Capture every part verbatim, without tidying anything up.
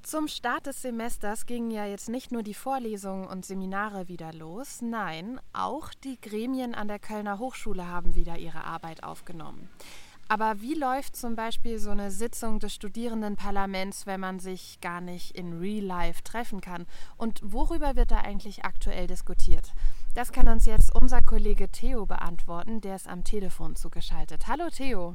Zum Start des Semesters gingen ja jetzt nicht nur die Vorlesungen und Seminare wieder los, nein, auch die Gremien an der Kölner Hochschule haben wieder ihre Arbeit aufgenommen. Aber wie läuft zum Beispiel so eine Sitzung des Studierendenparlaments, wenn man sich gar nicht in Real Life treffen kann? Und worüber wird da eigentlich aktuell diskutiert? Das kann uns jetzt unser Kollege Theo beantworten, der ist am Telefon zugeschaltet. Hallo Theo.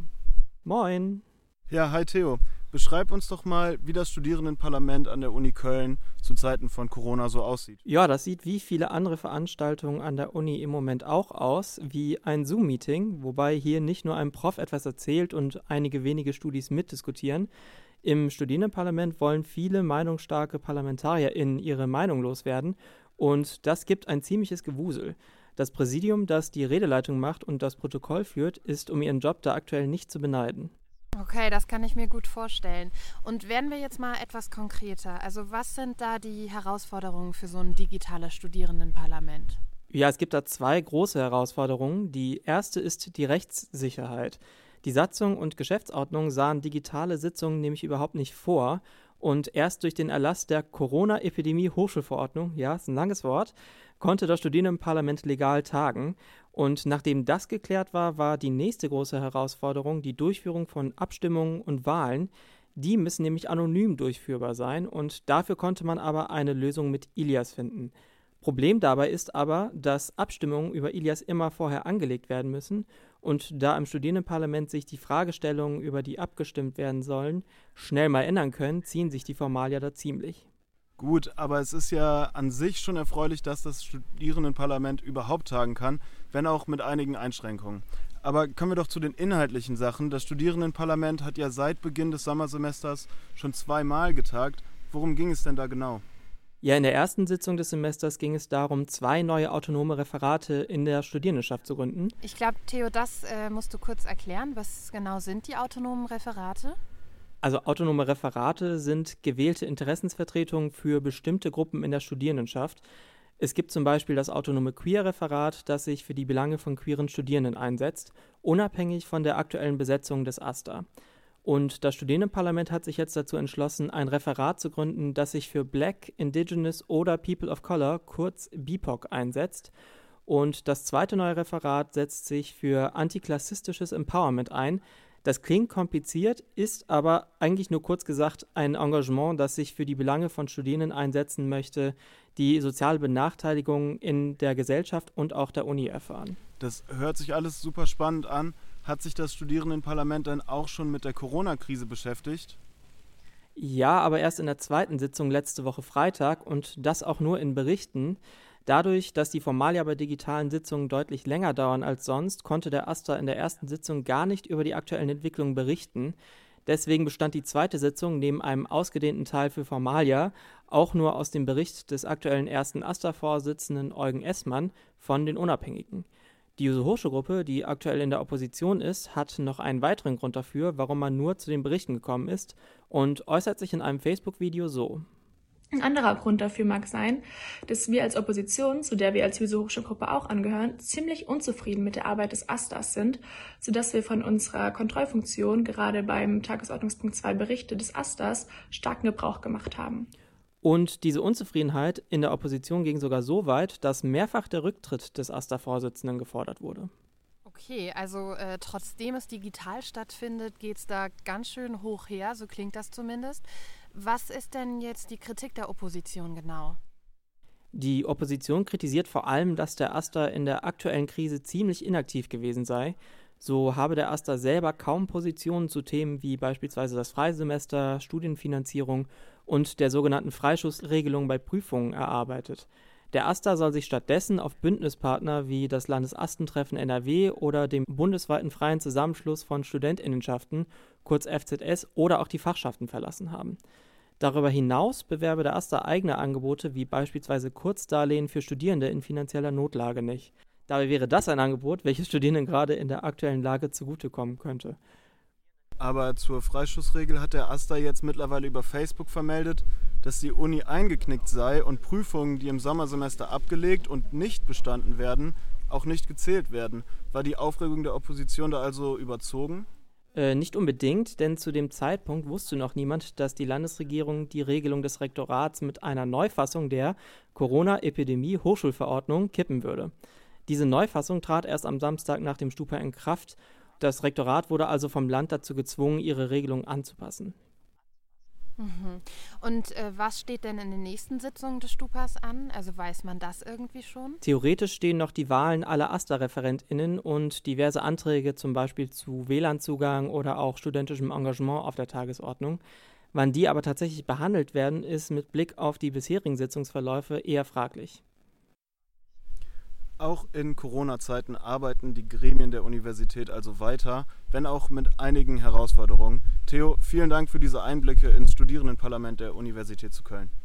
Moin. Ja, hi Theo. Beschreib uns doch mal, wie das Studierendenparlament an der Uni Köln zu Zeiten von Corona so aussieht. Ja, das sieht wie viele andere Veranstaltungen an der Uni im Moment auch aus, wie ein Zoom-Meeting, wobei hier nicht nur ein Prof etwas erzählt und einige wenige Studis mitdiskutieren. Im Studierendenparlament wollen viele meinungsstarke ParlamentarierInnen ihre Meinung loswerden und das gibt ein ziemliches Gewusel. Das Präsidium, das die Redeleitung macht und das Protokoll führt, ist um ihren Job da aktuell nicht zu beneiden. Okay, das kann ich mir gut vorstellen. Und werden wir jetzt mal etwas konkreter? Also was sind da die Herausforderungen für so ein digitales Studierendenparlament? Ja, es gibt da zwei große Herausforderungen. Die erste ist die Rechtssicherheit. Die Satzung und Geschäftsordnung sahen digitale Sitzungen nämlich überhaupt nicht vor. Und erst durch den Erlass der Corona-Epidemie-Hochschulverordnung, ja, ist ein langes Wort, konnte das Studierendenparlament legal tagen. Und nachdem das geklärt war, war die nächste große Herausforderung die Durchführung von Abstimmungen und Wahlen. Die müssen nämlich anonym durchführbar sein und dafür konnte man aber eine Lösung mit Ilias finden. Problem dabei ist aber, dass Abstimmungen über Ilias immer vorher angelegt werden müssen und da im Studierendenparlament sich die Fragestellungen, über die abgestimmt werden sollen, schnell mal ändern können, ziehen sich die Formalia da ziemlich. Gut, aber es ist ja an sich schon erfreulich, dass das Studierendenparlament überhaupt tagen kann, wenn auch mit einigen Einschränkungen. Aber kommen wir doch zu den inhaltlichen Sachen. Das Studierendenparlament hat ja seit Beginn des Sommersemesters schon zweimal getagt. Worum ging es denn da genau? Ja, in der ersten Sitzung des Semesters ging es darum, zwei neue autonome Referate in der Studierendenschaft zu gründen. Ich glaube, Theo, das äh, musst du kurz erklären. Was genau sind die autonomen Referate? Also autonome Referate sind gewählte Interessensvertretungen für bestimmte Gruppen in der Studierendenschaft. Es gibt zum Beispiel das autonome Queer-Referat, das sich für die Belange von queeren Studierenden einsetzt, unabhängig von der aktuellen Besetzung des AStA. Und das Studierendenparlament hat sich jetzt dazu entschlossen, ein Referat zu gründen, das sich für Black, Indigenous oder People of Color, kurz B I P O C, einsetzt. Und das zweite neue Referat setzt sich für antiklassistisches Empowerment ein. Das klingt kompliziert, ist aber eigentlich nur kurz gesagt ein Engagement, das sich für die Belange von Studierenden einsetzen möchte, die soziale Benachteiligungen in der Gesellschaft und auch der Uni erfahren. Das hört sich alles super spannend an. Hat sich das Studierendenparlament dann auch schon mit der Corona-Krise beschäftigt? Ja, aber erst in der zweiten Sitzung letzte Woche Freitag und das auch nur in Berichten. Dadurch, dass die Formalia bei digitalen Sitzungen deutlich länger dauern als sonst, konnte der AStA in der ersten Sitzung gar nicht über die aktuellen Entwicklungen berichten. Deswegen bestand die zweite Sitzung neben einem ausgedehnten Teil für Formalia auch nur aus dem Bericht des aktuellen ersten AStA-Vorsitzenden Eugen Essmann von den Unabhängigen. Die Juso-Hochschulgruppe, die aktuell in der Opposition ist, hat noch einen weiteren Grund dafür, warum man nur zu den Berichten gekommen ist und äußert sich in einem Facebook-Video so. Ein anderer Grund dafür mag sein, dass wir als Opposition, zu der wir als Juso-Hochschulgruppe auch angehören, ziemlich unzufrieden mit der Arbeit des AStAs sind, sodass wir von unserer Kontrollfunktion gerade beim Tagesordnungspunkt zwei Berichte des AStAs starken Gebrauch gemacht haben. Und diese Unzufriedenheit in der Opposition ging sogar so weit, dass mehrfach der Rücktritt des AStA-Vorsitzenden gefordert wurde. Okay, also äh, trotzdem es digital stattfindet, geht es da ganz schön hoch her, so klingt das zumindest. Was ist denn jetzt die Kritik der Opposition genau? Die Opposition kritisiert vor allem, dass der AStA in der aktuellen Krise ziemlich inaktiv gewesen sei. So habe der AStA selber kaum Positionen zu Themen wie beispielsweise das Freisemester, Studienfinanzierung und der sogenannten Freischussregelung bei Prüfungen erarbeitet. Der AStA soll sich stattdessen auf Bündnispartner wie das Landesastentreffen N R W oder dem bundesweiten freien Zusammenschluss von Studentinnenschaften, kurz F Z S, oder auch die Fachschaften verlassen haben. Darüber hinaus bewerbe der AStA eigene Angebote wie beispielsweise Kurzdarlehen für Studierende in finanzieller Notlage nicht. Dabei wäre das ein Angebot, welches Studierenden gerade in der aktuellen Lage zugutekommen könnte. Aber zur Freischussregel hat der AStA jetzt mittlerweile über Facebook vermeldet, dass die Uni eingeknickt sei und Prüfungen, die im Sommersemester abgelegt und nicht bestanden werden, auch nicht gezählt werden. War die Aufregung der Opposition da also überzogen? Äh, nicht unbedingt, denn zu dem Zeitpunkt wusste noch niemand, dass die Landesregierung die Regelung des Rektorats mit einer Neufassung der Corona-Epidemie-Hochschulverordnung kippen würde. Diese Neufassung trat erst am Samstag nach dem Stupa in Kraft. Das Rektorat wurde also vom Land dazu gezwungen, ihre Regelung anzupassen. Mhm. Und äh, was steht denn in den nächsten Sitzungen des Stupas an? Also weiß man das irgendwie schon? Theoretisch stehen noch die Wahlen aller AStA-ReferentInnen und diverse Anträge, zum Beispiel zu W L A N-Zugang oder auch studentischem Engagement auf der Tagesordnung. Wann die aber tatsächlich behandelt werden, ist mit Blick auf die bisherigen Sitzungsverläufe eher fraglich. Auch in Corona-Zeiten arbeiten die Gremien der Universität also weiter, wenn auch mit einigen Herausforderungen. Theo, vielen Dank für diese Einblicke ins Studierendenparlament der Universität zu Köln.